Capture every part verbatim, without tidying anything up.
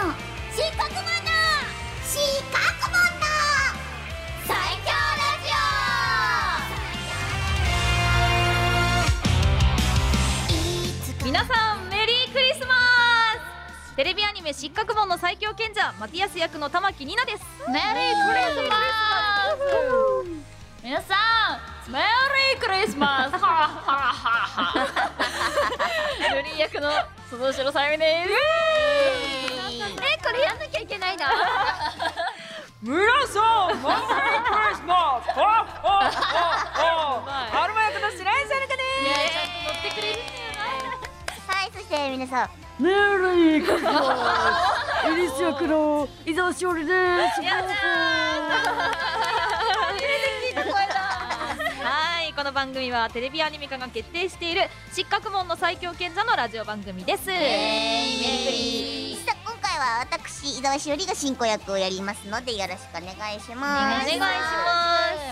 四角マンの四角マンの最強ラジオ。 皆さんメリークリスマス。テレビアニメ失格門の最強賢者マティアス役の玉木ニナです。 メリークリスマス。皆さんメリークリスマス。はははは。ルリー役の鈴代さゆみです。 え、これやんなきゃいけないの？ 皆さんメリークリスマス。アルマ役の白井さやかです。 ちゃんと乗ってくれるんだよな。 はい、そして皆さんメリークリスマス。エリス役の伊沢しおりです。 やったはい、この番組はテレビアニメ化が決定している失格門の最強賢者のラジオ番組です。 イエーイ、メリクリ。さあ、今回は私伊沢しおりが進行役をやりますのでよろしくお願いします。 お願いします。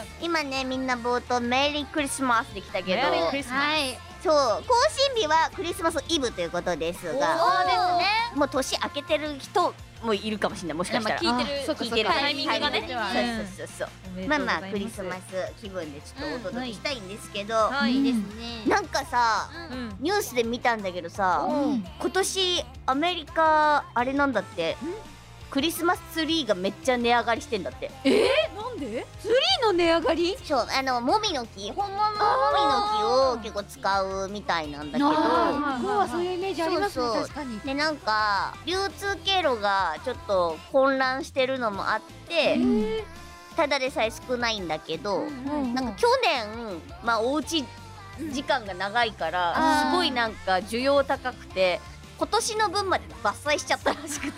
今ね、みんな冒頭メリークリスマスできたけど、 メリークリスマス。 はい、そう更新日はクリスマスイブということですが、 そうですね。 もう年明けてる人もいるかもしれない、もしかしたら。 聞いてる聞いてるタイミングがね。 そうそうそうそう。まあまあクリスマス気分でちょっとお届けしたいんですけど、 はいですね。 なんかさ、 うんニュースで見たんだけどさ、 うん今年アメリカあれなんだって、クリスマスツリーがめっちゃ値上がりしてんだって。 なんで？ツリーの値上がり？ そう、あのもみの木、本物のもみの木を結構使うみたいなんだけど、 向こうはそういうイメージありますね。 そうそう確かに。 でなんか流通経路がちょっと混乱してるのもあって、ただでさえ少ないんだけど、なんか去年まあおうち時間が長いからすごいなんか需要高くて、今年の分まで伐採しちゃったらしくて、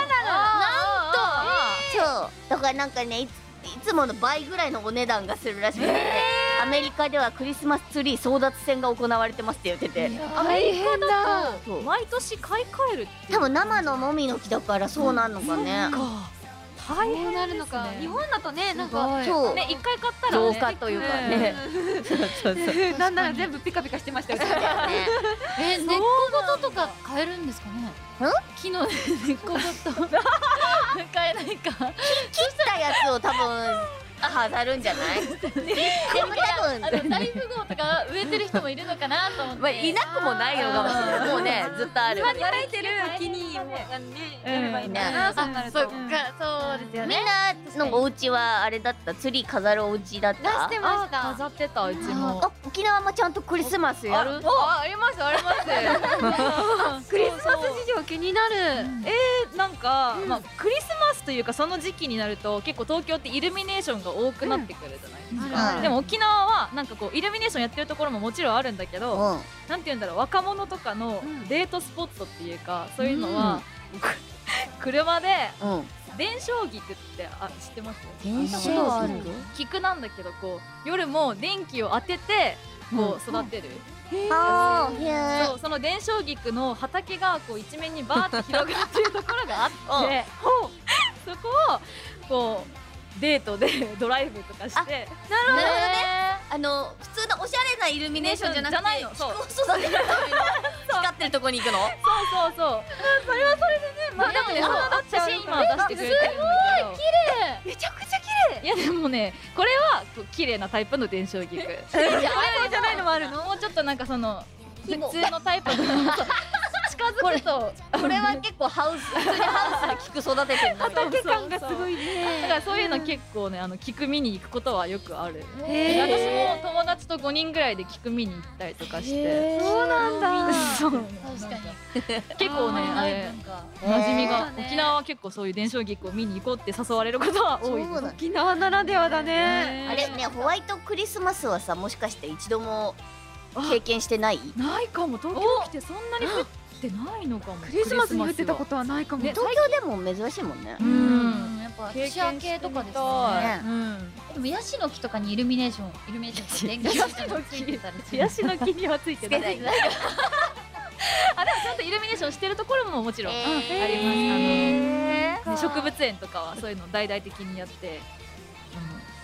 そうだからなんかね、いついつもの倍ぐらいのお値段がするらしくて、アメリカではクリスマスツリー争奪戦が行われてますって言ってて、 大変だ。 そう毎年買い替えるって多分生のもみの木だからそうなのかね。 大どうなるのか。日本だとね、なんかそうね、一回買ったら増加というかね。そうそうそう。 なんなら全部ピカピカしてましたよ。 え、根っこごととか買えるんですかね。木の根っこごと買えないか。 切ったやつを多分飾るんじゃない？でも多分あの大富豪とか植えてる人もいるのかなと思って。 まあいなくもないのかもしれない。もうねずっとある。 働いてる木にもね、やればいいんだな。そうなると。そっか、そうですよみね。 んなのお家はあれだった？ツリー飾るお家だっ出た？ してました。 飾ってたうちも。 あ、沖縄もちゃんとクリスマスやる？ あ、ありますあります。 クリスマス事情気になる。 えー、なんか、まあクリスマスというかその時期になると結構東京ってイルミネーションが多くなってくるじゃないですか。 うんでも沖縄はなんかこうイルミネーションやってるところももちろんあるんだけど、 うん。 なんて言うんだろう、若者とかのデートスポットっていうか、そういうのは、車でうん。 電照菊ってあ知ってます？ 電あ照の菊なんだけどこう夜も電気を当ててこう育てる。 あー、へそう、その電照菊の畑がこう一面にバーって広がってるところがあってそこをこうデートでドライブとかして。 なるほどね。あの普通のおしゃれなイルミネーションじゃなくて、 じゃないの。そう菊を育てるための光ってるとこに行くの？ そうそうそう。それはそれでね、まあでもね、写真今出してくれてるんだけど、 めちゃくちゃ綺麗。 いやでもね、これはこう綺麗なタイプの電照菊。 そうじゃないのもあるの？ もうちょっとなんかその普通のタイプの近づくとこれは結構ハウス、普通にハウスで菊育ててるの。 畑感がすごいね。 だからそういうの結構ね、あの菊見に行くことはよくある。 へー私も友達とごにんぐらいで菊見に行ったりとかして。 そうなんだ。 そう。 確かに。 結構ね、あれ馴染みが、沖縄は結構そういう電照菊を見に行こうって誘われることは多い。 そうなんだ。 沖縄ならではだね。 あれね、ホワイトクリスマスはさ、もしかして一度も経験してない？ ないかも。東京来てそんなに降ってないのかも。 クリスマスに降ってたことはないかも。 ね東京でも珍しいもんね。 うん。 やっぱ経年明験してみけとかですたい。 ね。 うん。 でもヤシの木とかにイルミネーション、イルミネーションって電気がついてたりする。 ヤシの木にはついてない。 つけてあ、でもちゃんとイルミネーションしてるところももちろんあります。 へーあの植物園とかはそういうのを大々的にやって、あの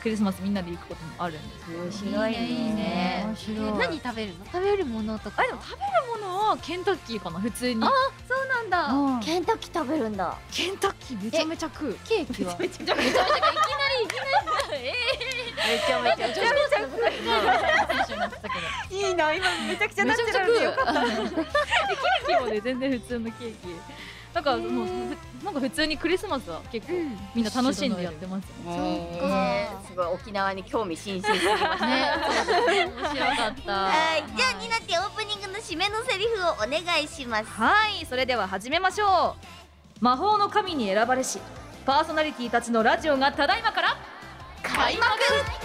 クリスマスみんなで行くこともあるんですけど。 面白いね。 いいね面白い。 何食べるの？食べるものとか。 あでも食べるものはケンタッキーかな普通に。 そうなんだ。 うんケンタッキー食べるんだ。 ケンタッキーめちゃめちゃ食う。 ケーキは。 めちゃめちゃめちゃめちゃいきなりいきなり。えめちゃめちゃ。 え。めちゃめちゃ食う。選手になってたけど。 いいな、今めちゃくちゃナチュラルでよかった。 ケーキもね全然普通のケーキ。なんかもうなんか普通にクリスマスは結構みんな楽しんでやってますね。 ねえ、すごい沖縄に興味津々すぎますね。 面白かった。 はい、じゃあニナティオープニングの締めのセリフをお願いします。 はい、それでは始めましょう。魔法の神に選ばれしパーソナリティたちのラジオがただいまから開幕。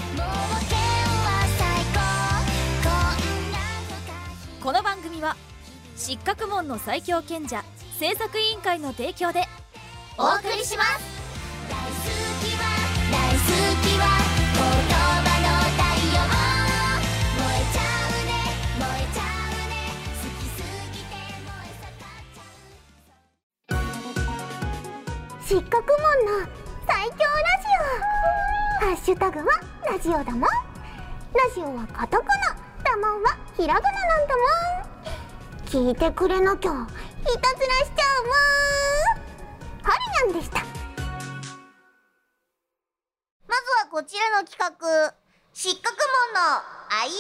この番組は失格門の最強賢者制作委員会の提供でお送りします。 大好きは大好きは言葉の太陽燃えちゃうね燃えちゃうね好きすぎて燃え盛っちゃう失格門の最強ラジオハッシュタグはラジオだもんラジオはカタカナだもんはひらがななんだもん聞いてくれなきゃいたずらしちゃうもんはるにゃんでした。 まずはこちらの企画、失格門のあいうえ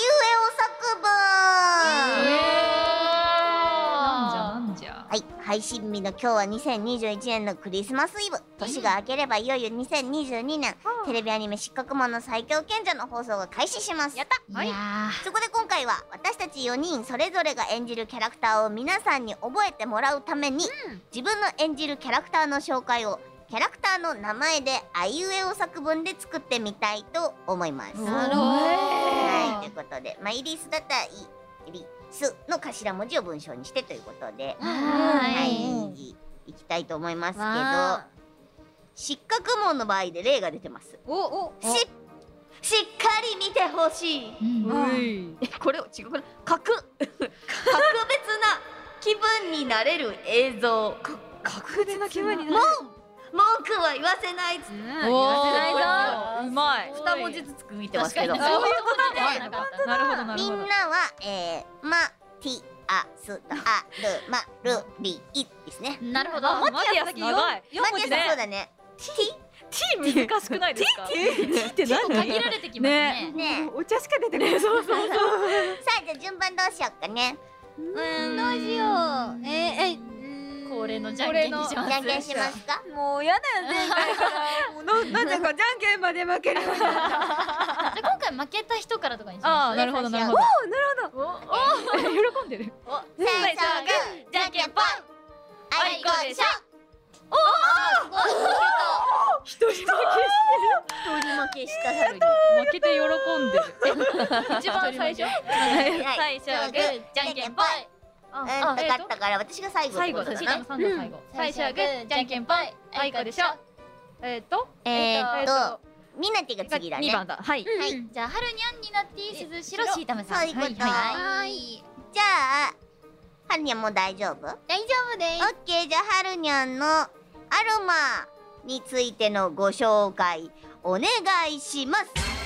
お作文。 なんじゃなんじゃ。 はい、配信日の今日はにせんにじゅういちねんのクリスマスイブ。年が明ければいよいよにせんにじゅうにねん、テレビアニメ失格門の最強賢者の放送が開始します。やったいやそこで今回は私たちよにんそれぞれが演じるキャラクターを皆さんに覚えてもらうために、自分の演じるキャラクターの紹介をキャラクターの名前であいうえお作文で作ってみたいと思います。 なるほど。 はい、ということで、まあ、イリスだったらイリスの頭文字を文章にしてということで、 ははい、 い。 いきたいと思いますけどわ、 失格門の場合で例が出てます。 おお。 ししっかり見てほしい。 うい。 えこれを違うこれ格格別な気分になれる映像。 格別な気分になもる。 う文句は言わせないっつって言わせないぞ。 うまい。 二文字ずつ区切ってますけど。 確かにそういうことね。なかった。 なるほどなるほど。 みんなは、えー、マティアスとあるまるりいですね。 なるほど。 あマティアス長い。 マティアスそうだね。 難しくないですか？ って何？ 限られてきますね。 ねお茶しか出てこない。 そうそうそう。 さあじゃあ順番どうしようかね。 うーん、どうしよう。えー、え、恒例のじゃんけんにします。 じゃんけんしますか。 もうやだよ前回から。もうのなぜかじゃんけんまで負けるようになった。 じゃあ今回負けた人からとかにしああ、 ます。 なるほどなるほど。喜んでる。 最初はグー、じゃんけんぽん。あいこでしょ。 一人だけ一人負けしたはるに。 負けて喜んでる。 一番最初。 はい最初はグー、じゃんけんぽい。 うん、分かったから私が最後って最後だ。 ことだな。 シータのさんが最後。 最初はグー、じゃんけんぽい。 あいこでしょ。えっと、 えーっえと、ミナティが次だね。 二番だ。はい。 はいじゃあ、はるにゃんになって鈴代シータムさん。 そういうことはい。 じゃあ、はるにゃんもう大丈夫？ 大丈夫です。 オッケー、じゃあはるにゃんのアルマについてのご紹介お願いします。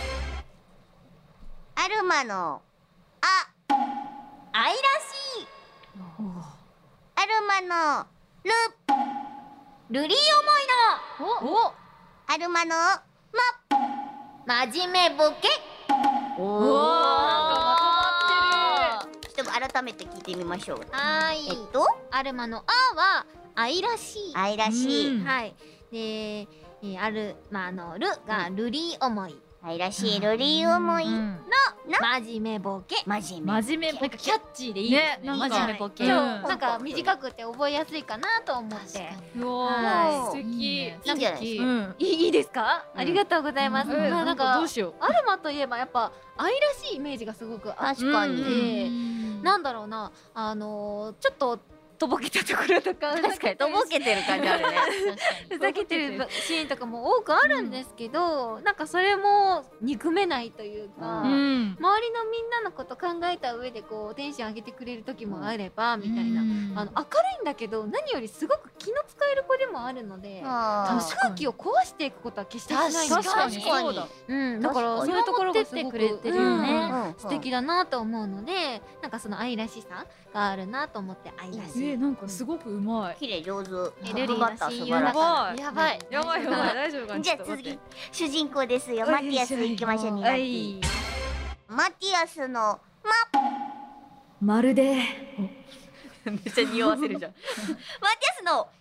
アルマのあ、愛らしい。アルマのル、ルリー思いの。 お、 アルマのま、真面目ボケ。 おお、なんかまとまってる。 ちょっと改めて聞いてみましょう。 はえっと、 アルマのあは愛らしい。 愛らしい。 うんはい。で、えー、アルマのルがルリー思い。 愛らしいルリー思い。 うん真面目ボケ。 真面目。 真面目。 なんかキャッチーでいいですね。 ねなんか真面目ボケ。 うんなんか短くて覚えやすいかなと思って。 うはわー、素い敵。 いいんじゃないですか。 うん。 いいいいですか？ うんありがとうございます。 うんまあなんどかうしよう。 アルマといえばやっぱ愛らしいイメージがすごくあって、 確かうんに。 なんだろうな、あのーちょっととぼけたところとか確かにとぼけてる感じあるね。 ふざけてるシーンとかも多くあるんですけど、なんかそれも憎めないというか、 うん周りのみんなのこと考えた上でこうテンション上げてくれる時もあればみたいな、あの明るいんだけど何よりすごく気の使える子でもあるので、あの空気を壊していくことは決してしないんですよね。 確かにそうだ。 うん、だからそういうところがすごく見守ってってくれてるよねうん素敵だなと思うので、なんかその愛らしさがあるなと思って愛らしい。 えなんかすごくうまい。 綺麗上手。 えルリーバッタの親ー素晴らしい。 友だからやばいやばいやばいやばい大丈夫かな。 じゃあ次主人公ですよ。マティアス行きましょう。にがつマティアスのまるでめっちゃ匂わせるじゃん。マティアスの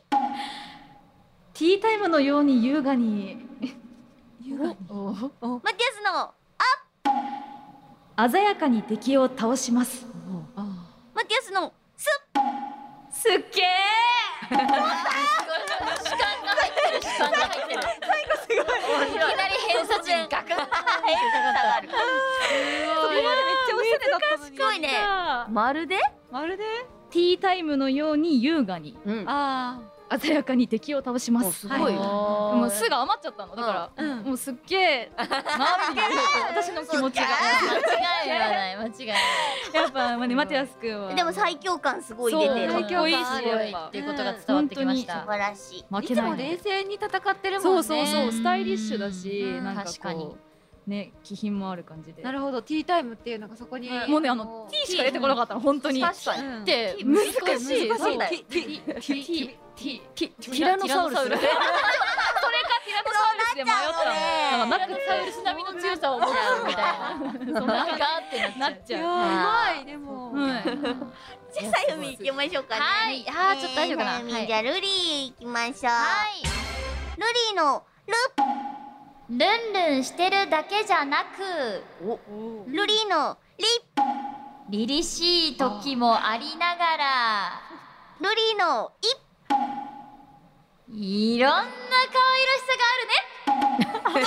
ティータイムのように優雅にマティアスの鮮やかに敵を倒します。 マティアスのスすっげ主観が入ってる主観が入ってる。最後すごい。いきなり偏差値ガクッ。 下がる。 そこまでめっちゃおしゃれだったのに。 すごいね。まるでまるでティータイムのように優雅にうん。 あ鮮やかに敵を倒します。 すごい。 もうすぐ余っちゃったのだから、もうすっげえなっていう私の気持ちが間違いはない間違いない。 やっぱまあねマティアス君はでも最強感すごい出てる。 そうかっこいいし最やっぱっていうことが伝わってきまし素た。 晴らしい。 あいつも負けないの冷静に戦ってるもんね。 そうそうそうスタイリッシュだし、 うんなんか確かにこうね気品もある感じで。 なるほど、ティータイムっていうのがそこにもうねあの T しか出てこなかったの本当に。 確かに。 うんで難しい。 そうだよ。 ティティティティティティラノサウルスそれかティラノサウルスで迷ったの。なんかティラノサウルス並みの強さを持つみたいな。そんなガーってなっちゃう。 いやーうまいでも。 うんじゃあさゆみ行きましょうかね。 はい。あーちょっと大丈夫かな。 えーさゆみはいじゃあルリー行きましょう。 はい。 ルリーのルンルンしてるだけじゃなく、 ルルリーのリ凛々しい時もありながら、 ルリーのイいろんな可愛らしさがあるね。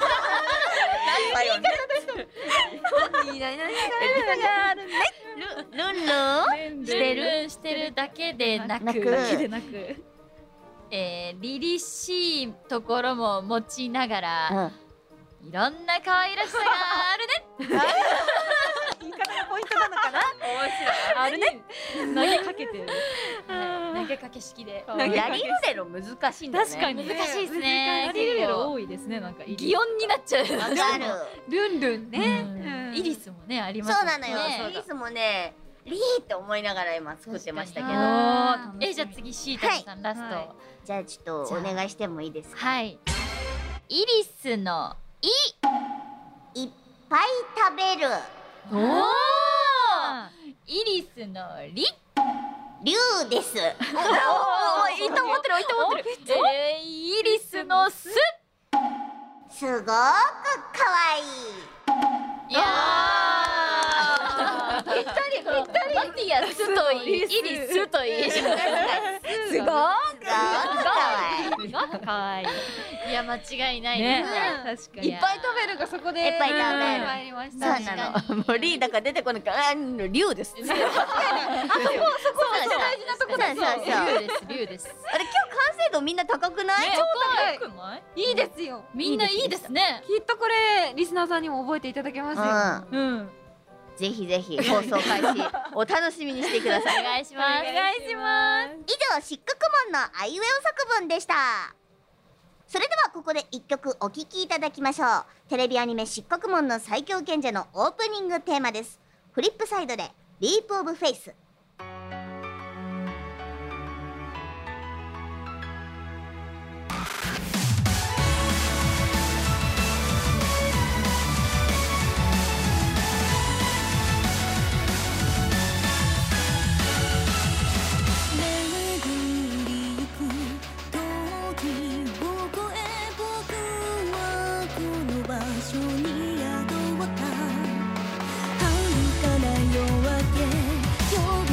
ルンルンしてるしてるだけでなく、 なくだけでなくえー、凛々しいところも持ちながら、いろんな可愛らしさがあるね。 言い方がポイントなのかな。 あるね投げかけてる。 投げかけ式で。 ラリルレロ難しいんだね。 確かに難しいですね。 ラリルレロ多いですねなんか擬音になっちゃう。 わかる。 ルンルンね。 イリスもねありますそうなのよ。 ねイリスもね、リーって思いながら今作ってましたけど。 あーえじゃあ次シータさんラスト。 じゃあちょっとお願いしてもいいですか。 はい。イリスのイ。 いっぱい食べる。 おお。イリスのリ。 リュウです。 おおいいと思ってるいいと思ってる。えー、イリスのス。 すごく可愛い。 いやー。ぴったりぴったり。マティアスといい、イリスといいじゃないですか。 すごく可愛い。 可愛いいや間違いないねですね。 確かにいっぱい食べるがそこで。 いっぱい食べる参りました。 そうなの。もうリーだから出てこなくて、あ、リュウです。あ、そこそう大事なとこだ。そうそうそう。 リュウですリュウです。 あれ今日完成度みんな高くない？ ねよくないいいですよ。 みんないいですね。 きっとこれリスナーさんにも覚えていただけますよ。 うんぜひぜひ放送開始お楽しみにしてください。 お願いします。 お願いします以上、しっかくもんのあいうえお作文でした。それではここで一曲お聴きいただきましょう。テレビアニメしっかくもんの最強賢者のオープニングテーマです。フリップサイドでリープオブフェイス。 夜明け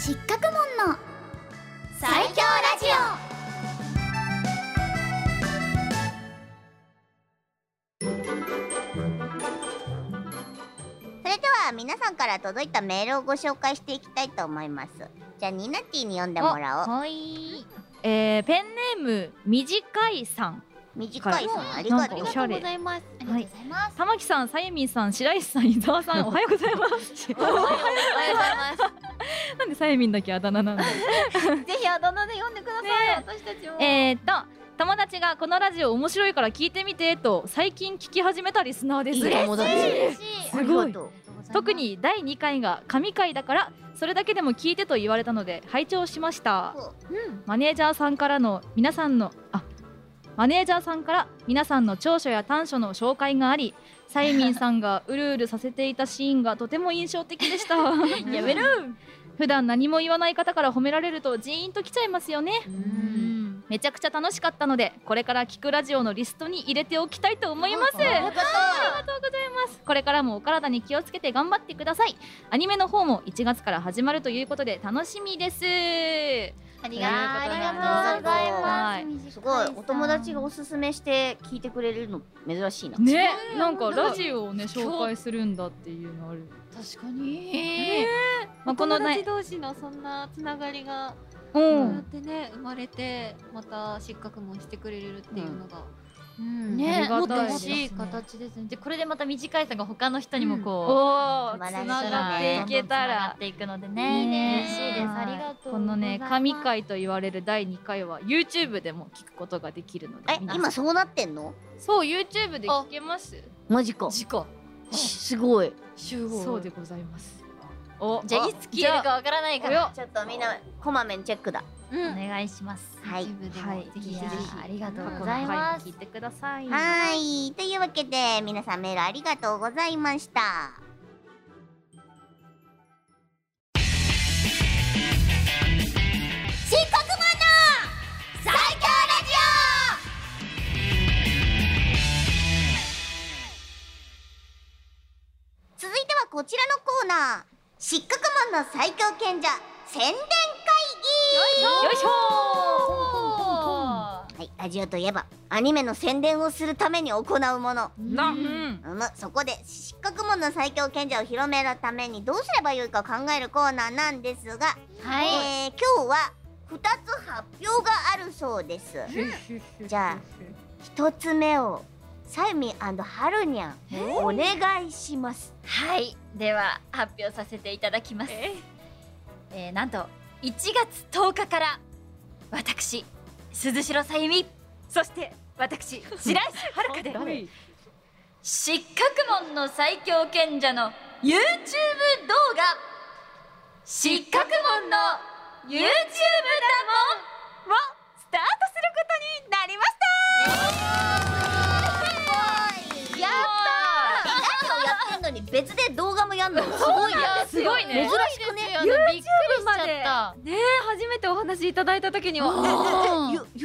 失格門の最強ラジそれでは皆さんから届いたメールをご紹介していきたいと思います。じゃあニナティに読んでもらおう。 はい。えー、ペンネーム短いさん。 短いさん、ありがとうおしゃれ。 ありがとうございます。ありがとうございます。 玉木さん、さゆみんさん、白石さん、伊沢さん、おはようございます。 おはようございます。 なんでさゆみんだけあだ名なんだ。 ぜひあだ名で読んでください。私たちも。 えーっと。友達がこのラジオ面白いから聞いてみてと最近聞き始めたリスナーです。 いい友達。 すごい。特にだいにかいが神回だからそれだけでも聞いてと言われたので拝聴しました。うん、マネージャーさんからの皆さんのあマネージャーさんから皆さんの長所や短所の紹介があり、サイミンさんがうるうるさせていたシーンがとても印象的でした。やめる。普段何も言わない方から褒められるとジーンときちゃいますよね。めちゃくちゃ楽しかったのでこれから聞くラジオのリストに入れておきたいと思います。ありがとうございます。これからもお体に気をつけて頑張ってください。アニメの方もいちがつから始まるということで楽しみです。 ありがとうございます。 すごいお友達がおすすめして聞いてくれるの珍しいな。 ね、なんかラジオをね紹介するんだっていうのある。 確かに。まあこの友達同士のそんなつながりがこうやってね生まれてまた失格もしてくれるっていうのが。 ね、もっと欲しい形ですね。でこれでまた短いさが他の人にもこうつながっていけたらっていくのでね、嬉しいです。ありがとう。 このね神回と言われるだいにかいは YouTube でも聞くことができるので。 え、今そうなってんの？ そう YouTube で聞けます。 マジか。 マジか。 すごい。 そうでございます。 お、じゃあいつ消えるかわからないからちょっとみんなこまめにチェックだ。 お願いします。 はい、 はい、ぜひぜひありがとうございます。 聞いてください。 はい、というわけで皆さんメールありがとうございました。失格マンの最強ラジオ。続いてはこちらのコーナー、失格マンの最強賢者宣伝会議。 よいしょ。 はい、ラジオといえばアニメの宣伝をするために行うもの。 な、うん、 うん、そこで失格門の最強賢者を広めるためにどうすればよいか考えるコーナーなんですが、はい、えー、今日はふたつ発表があるそうです。じゃあひとつめをサイミン&ハルニャンお願いします。 はい、では発表させていただきます。えー、えー、なんといちがつとおかから私鈴代さゆみ、そして私白石遥で失格門の最強賢者の YouTube 動画失格門の YouTube だもんをスタートすることになりました。やったー。 何をやってんのに別で動画もやんのすごいね。 すごいね。 珍しくね。 びっくりしちゃった。 ねえ、初めてお話いただいた時には YouTube？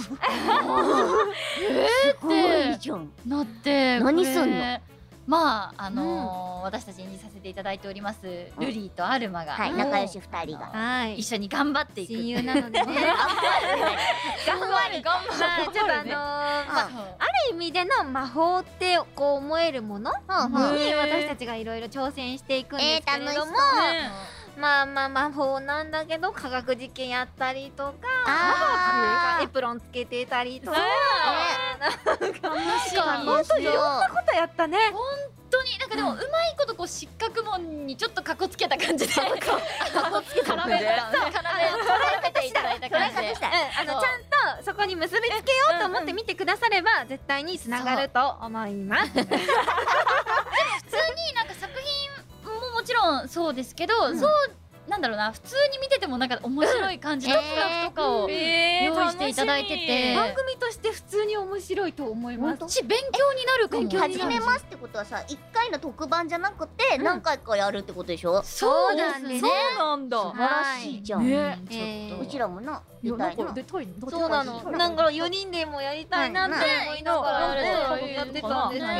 えーってすごいじゃん。 なって何すんの？ まああの私たち演じさせていただいておりますルリーとアルマが仲良しふたりが一緒に頑張っていく親友なのでね。 頑張る頑張る。 ちょっとあのある意味での魔法ってこう思えるものに私たちがいろいろ挑戦していくんですけれども、まあまあ魔法なんだけど科学実験やったりとか、エプロンつけてたりとか、 楽しい。 本当いろんなことやったね。 本当になんかでもうまいことこう失格門にちょっとかっこつけた感じで、かっこつけた絡めて絡めていただいた感じで、 あのちゃんとそこに結びつけようと思って見てくだされば絶対につながると思います。 普通になんか作品ももちろんそうですけど、そうなんだろうな、普通に見ててもなんか面白い感じの企画とかを用意していただいてて、 番組として普通に面白いと思いますし、勉強になるかも。 始めますってことはさ、いっかいの特番じゃなくて何回かやるってことでしょ。 そうなんですね。 そうなんだ。 素晴らしいじゃん。 ちょっとうちらもな出たいな。 そうなの。なんかよにんでもやりたいなって思いながらやってたんですけれども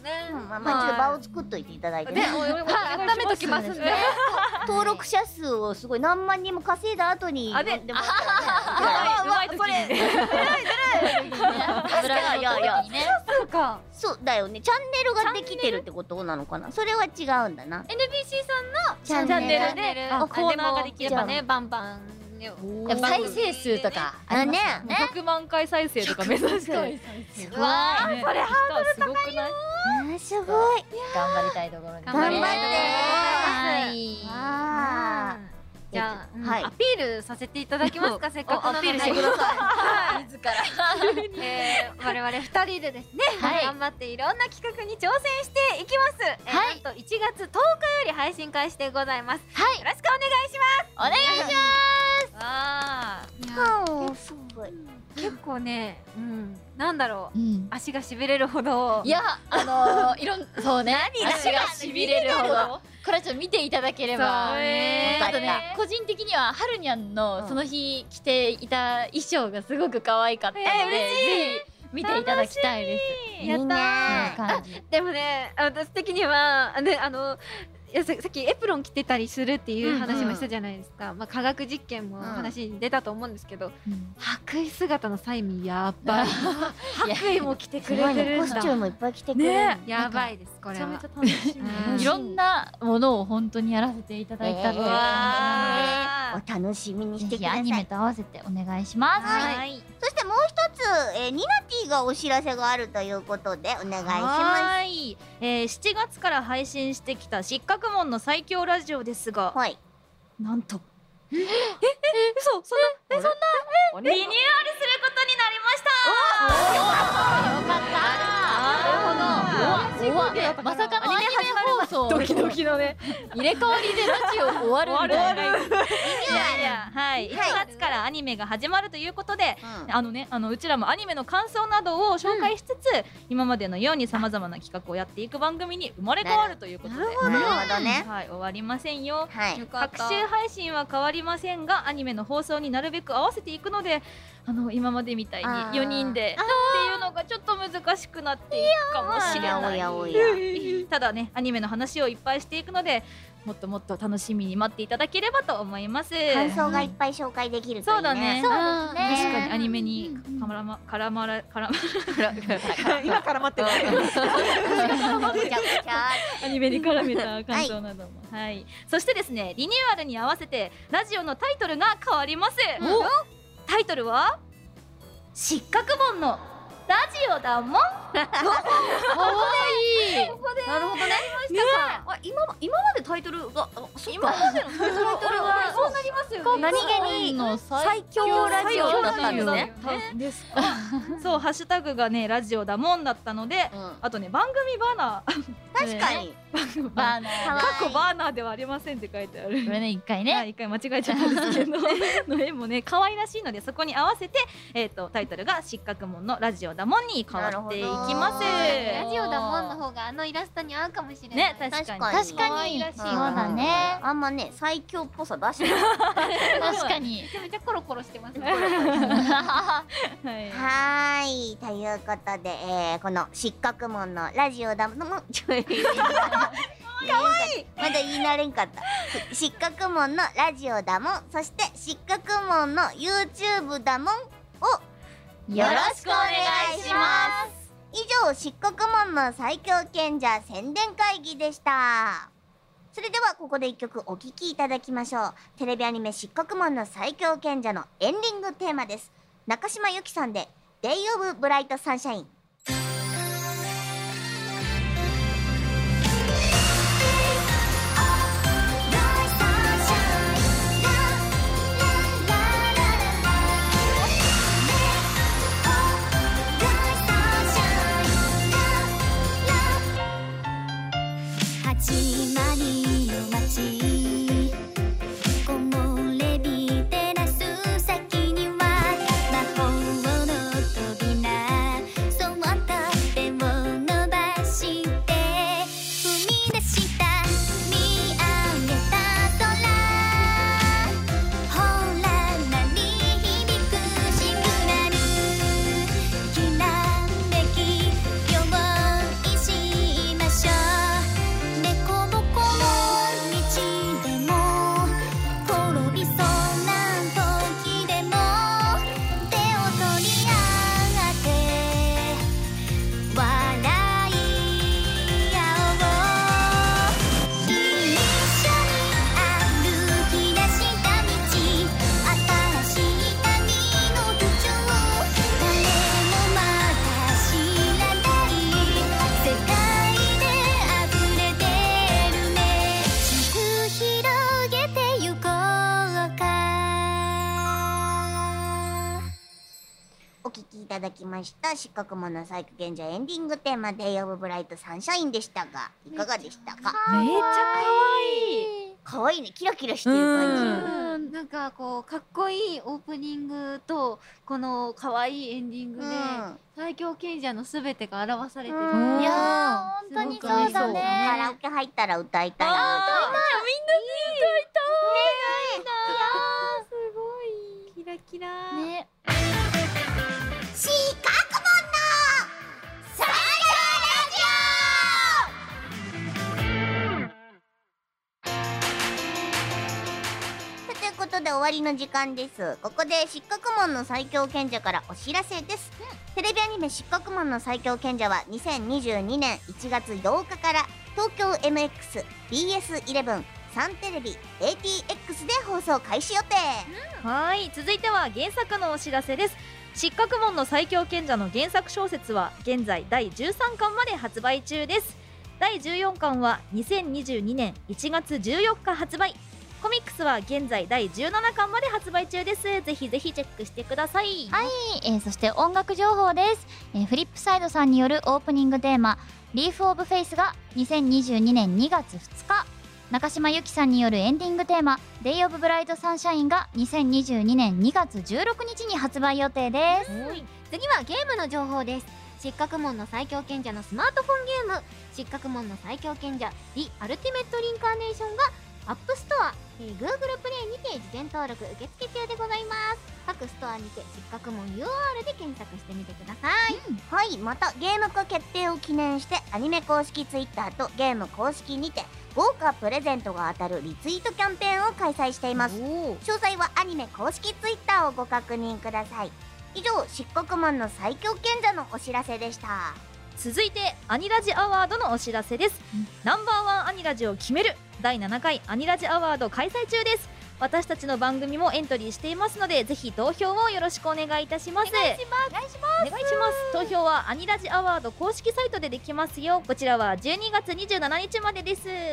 ね。 まあまあちょっと場を作っといていただいてね。 温めときますね。 登録者数をすごい何万人も稼いだ後にあで呼んでもらったらね。 うまい時にね。 確かにいやいやそうか。 そうだよね。チャンネルができてるってことなのかな。それは違うんだな。 エヌビーシー さんのチャンネルであコーナーができるやっぱねバンバンやっぱ再生数とかあね。 ひゃくまんかい再生とか目指して。 すごい。 うわー、それハードルすごくない？ あすごい。 頑張りたいところに頑張りたいところはいあじゃあ、 はいアピールさせていただきますか、せっかくなので。 アピールしてください。 自らえー、我々二人でですね、 はい頑張っていろんな企画に挑戦していきます。えーはいなんといちがつとおかより配信開始でございます。 はいよろしくお願いします。 お願いしあはあすごい。 結構ね、うん、なんだろう、 うん足がしびれるほど。 いやあのーいろんそうねが足がしびれるほどこれはちょっと見ていただければそうねあとね個人的にははるにゃんのその日着ていた衣装がすごく可愛かったので、 えー嬉しいぜひ見ていただきたいです。 やったーいいねこんな感じでもね、私的にはあねあのいやささっきエプロン着てたりするっていう話もしたじゃないですか、まあ、科学実験も話に出たと思うんですけど、白衣姿のサイミンやばい白衣も着てくれてるコんだスチュームいっぱい着てくれる。 ねやばいですこれは。 めちゃめちゃ楽しみ。 うんいろんなものを本当にやらせていただいたっていう感じなので、 お楽しみにしてぜひアください。 ニメと合わせてお願いします。 はいそしてもう一つ、えー、ニナティがお知らせがあるということでお願いしまはい、えー、しちがつから配信してきた失格門の最強ラジオですがす。、はい。 なんとえええ嘘そんなえそんなえリニューアルすることになりました。 よかった。うわ、うわ、まさかのアニメ放送ドキドキのね入れ替わりでラジオ終わるんだよね。 いやいやはいいちがつからアニメが始まるということで、 うんあのねあのうちらもアニメの感想などを紹介しつつ、今までのようにさまざまな企画をやっていく番組に生まれ変わるということで、 なるほどね。 はい終わりませんよ。 はい。 よかった各週配信は変わりませんがアニメの放送になるべく合わせていくので、あの今までみたいあーによにんでっていうのがちょっと難しくなっていくかもしれない。 おやおやおやただねアニメの話をいっぱいしていくので、もっともっと楽しみに待っていただければと思います。 感想がいっぱい紹介できるといいね。 そうだね。 そうですね確かにアニメに絡ま絡まら絡ま今から待ってます。 めちゃくちゃ。 アニメに絡めた感想なども、はいそしてですねリニューアルに合わせてラジオのタイトルが変わります。タイトルは失格門のラジオだもん。 可愛い。 なるほどね。 あ今ま今までタイトルがあそっか今までのタイトルはそうなりますよね。 何気にの最強ラジオだったんですね。 ですか。そうハッシュタグがねラジオだもんだったので、 うんあとね番組バナ確かに。 バーナー。 かわいいー過去バーナーではありませんって書いてある。 これね一回はいね。 一回間違えちゃったんですけどの絵もね可愛らしいのでそこに合わせて、えー、とタイトルが失格門のラジオだもんに変わっていきます。 ラジオだもんの方があのイラストに合うかもしれない。 ね確かに確かに確かに。そうだね。 あんまね最強っぽさ出してない。 確かに。 めちゃめちゃコロコロしてます。 はいはーいということで、えー、この失格門のラジオだもんちょいかわいいまだ言い慣れんかった失格門のラジオだもんそして失格門の YouTube だもんをよろしくお願いします以上失格門の最強賢者宣伝会議でしたそれではここで一曲お聴きいただきましょうテレビアニメ失格門の最強賢者のエンディングテーマです中島由紀さんで Day of Bright Sunshine 始まりの街木漏れ日照らす先には魔法の扉そ聴きいただきました漆黒門の最強賢者エンディングテーマデイオブブライトサンシャインでしたが、いかがでしたか？ めっちゃ可愛いね、キラキラしてる感うんなんかこうかっこいいオープニングとこの可愛いエンディングで、 うん、 最強賢者のすべてが表されてる。 うん、 いやー本当にそうだね。 カラオケ入ったら歌いたいな。 あー、みんなで歌いたい。 すごいキラキラね。 四角門の最ということで終わりの時間です。ここで漆黒門の最強賢者からお知らせです、うん、テレビアニメ漆黒門の最強賢者はにせんにじゅうにねんいちがつようかから東京 エムエックス、ビーエスイレブン、サンテレビ、エーティーエックス で放送開始予定、 うん、はい続いては原作のお知らせです。漆黒門の最強賢者の原作小説は現在だいじゅうさんかんまで発売中です。だいじゅうよんかんはにせんにじゅうにねんいちがつじゅうよっか発売。コミックスは現在だいじゅうななかんまで発売中です。ぜひぜひチェックしてください。 はい、えー、そして音楽情報です、えー、フリップサイドさんによるオープニングテーマリーフオブフェイスがにせんにじゅうにねんにがつふつか、中島由紀さんによるエンディングテーマデイオブブライトサンシャインがにせんにじゅうにねんにがつじゅうろくにちに発売予定です。 次はゲームの情報です。漆黒門の最強賢者のスマートフォンゲーム漆黒門の最強賢者 The Ultimate リンカーネーションがアップストア、えー、Google プレイにて事前登録受付中でございます。各ストアにて漆黒門 ユーアール で検索してみてください、 うん、はい。またゲーム化決定を記念してアニメ公式 Twitter とゲーム公式にて豪華プレゼントが当たるリツイートキャンペーンを開催しています。詳細はアニメ公式 Twitter をご確認ください。以上、漆黒門の最強賢者のお知らせでした。 続いてアニラジアワードのお知らせです、うん、ナンバーワンアニラジを決めるだいななかいアニラジアワード開催中です。私たちの番組もエントリーしていますのでぜひ投票をよろしくお願いいたします。お願いしますお願いしますお願いします。投票はアニラジアワード公式サイトでできますよ。こちらはじゅうにがつにじゅうしちにちまでです。 はい、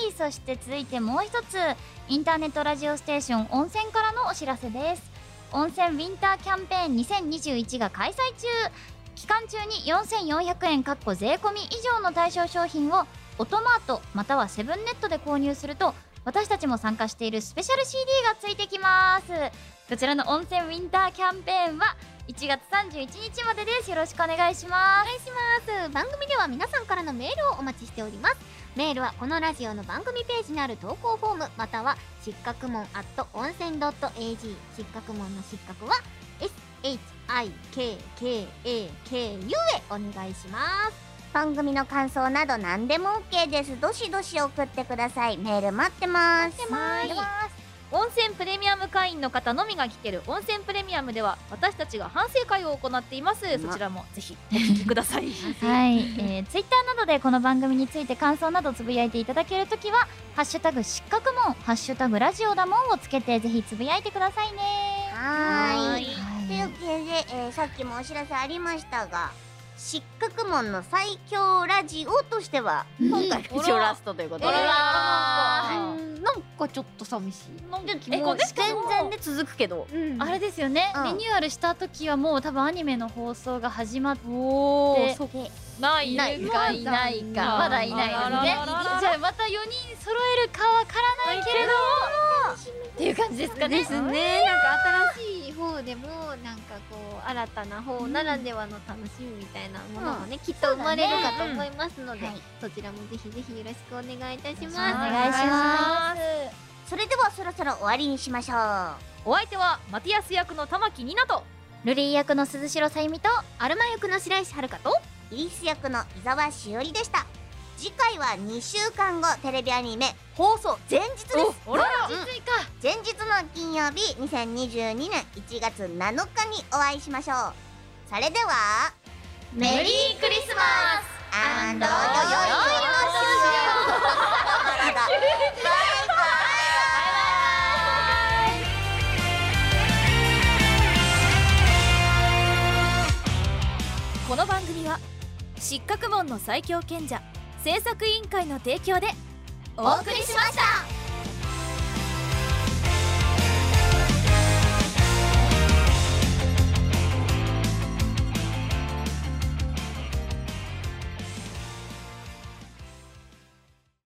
そして続いてもう一つインターネットラジオステーション温泉からのお知らせです。温泉ウィンターキャンペーンにせんにじゅういちが開催中。期間中によんせんよんひゃくえんかっこ税込み以上の対象商品をオトマートまたはセブンネットで購入すると私たちも参加しているスペシャル シーディー がついてきます。こちらの温泉ウィンターキャンペーンはいちがつさんじゅういちにちまでです。よろしくお願いします。 お願いします。番組では皆さんからのメールをお待ちしております。メールはこのラジオの番組ページにある投稿フォームまたは漆黒門 アット 温泉 ドット エージー 漆黒門の漆黒は エスエイチアイケーケーエーケーユー へお願いします。 番組の感想など何でも OK です。どしどし送ってください。メール待ってます。 待ってます。温泉プレミアム会員の方のみが聞ける温泉プレミアムでは私たちが反省会を行っています。そちらもぜひお聞きくださいはい、えー、ツイッターなどでこの番組について感想などつぶやいていただけるときはハッシュタグ漆黒門ハッシュタグラジオだもんをつけてぜひつぶやいてくださいね。 はーい。というわけで、えー、さっきもお知らせありましたが漆黒門の最強ラジオとしては今回が一応ラストということで、 えー、なんかちょっと寂しい。 えもう全然で続くけど、 うん、あれですよね、うん、リニューアルした時はもう多分アニメの放送が始まっておそないないかいないかまだいないですね。じゃあまたよにん揃えるかわからないけれどもっていう感じですかね。 ですね。なんか新しい方でもなんかこう新たな方ならではの楽しみみたいなものもね、うん、きっと生まれるかと思いますので、ねうん、そちらもぜひぜひよろしくお願いいたします。お願いします。 それではそろそろ終わりにしましょう。 お相手はマティアス役の玉木ニナとルリー役の鈴代さゆみとアルマ役の白石遥とイリス役の伊沢しおりでした。次回はにしゅうかんごテレビアニメ放送前日です。 あら実いか前日の金曜日にせんにじゅうにねんいちがつなのかにお会いしましょう。それではメリークリスマスアンドよよいお年をバイバイ。 この番組は漆黒門の最強賢者制作委員会の提供でお送りしました。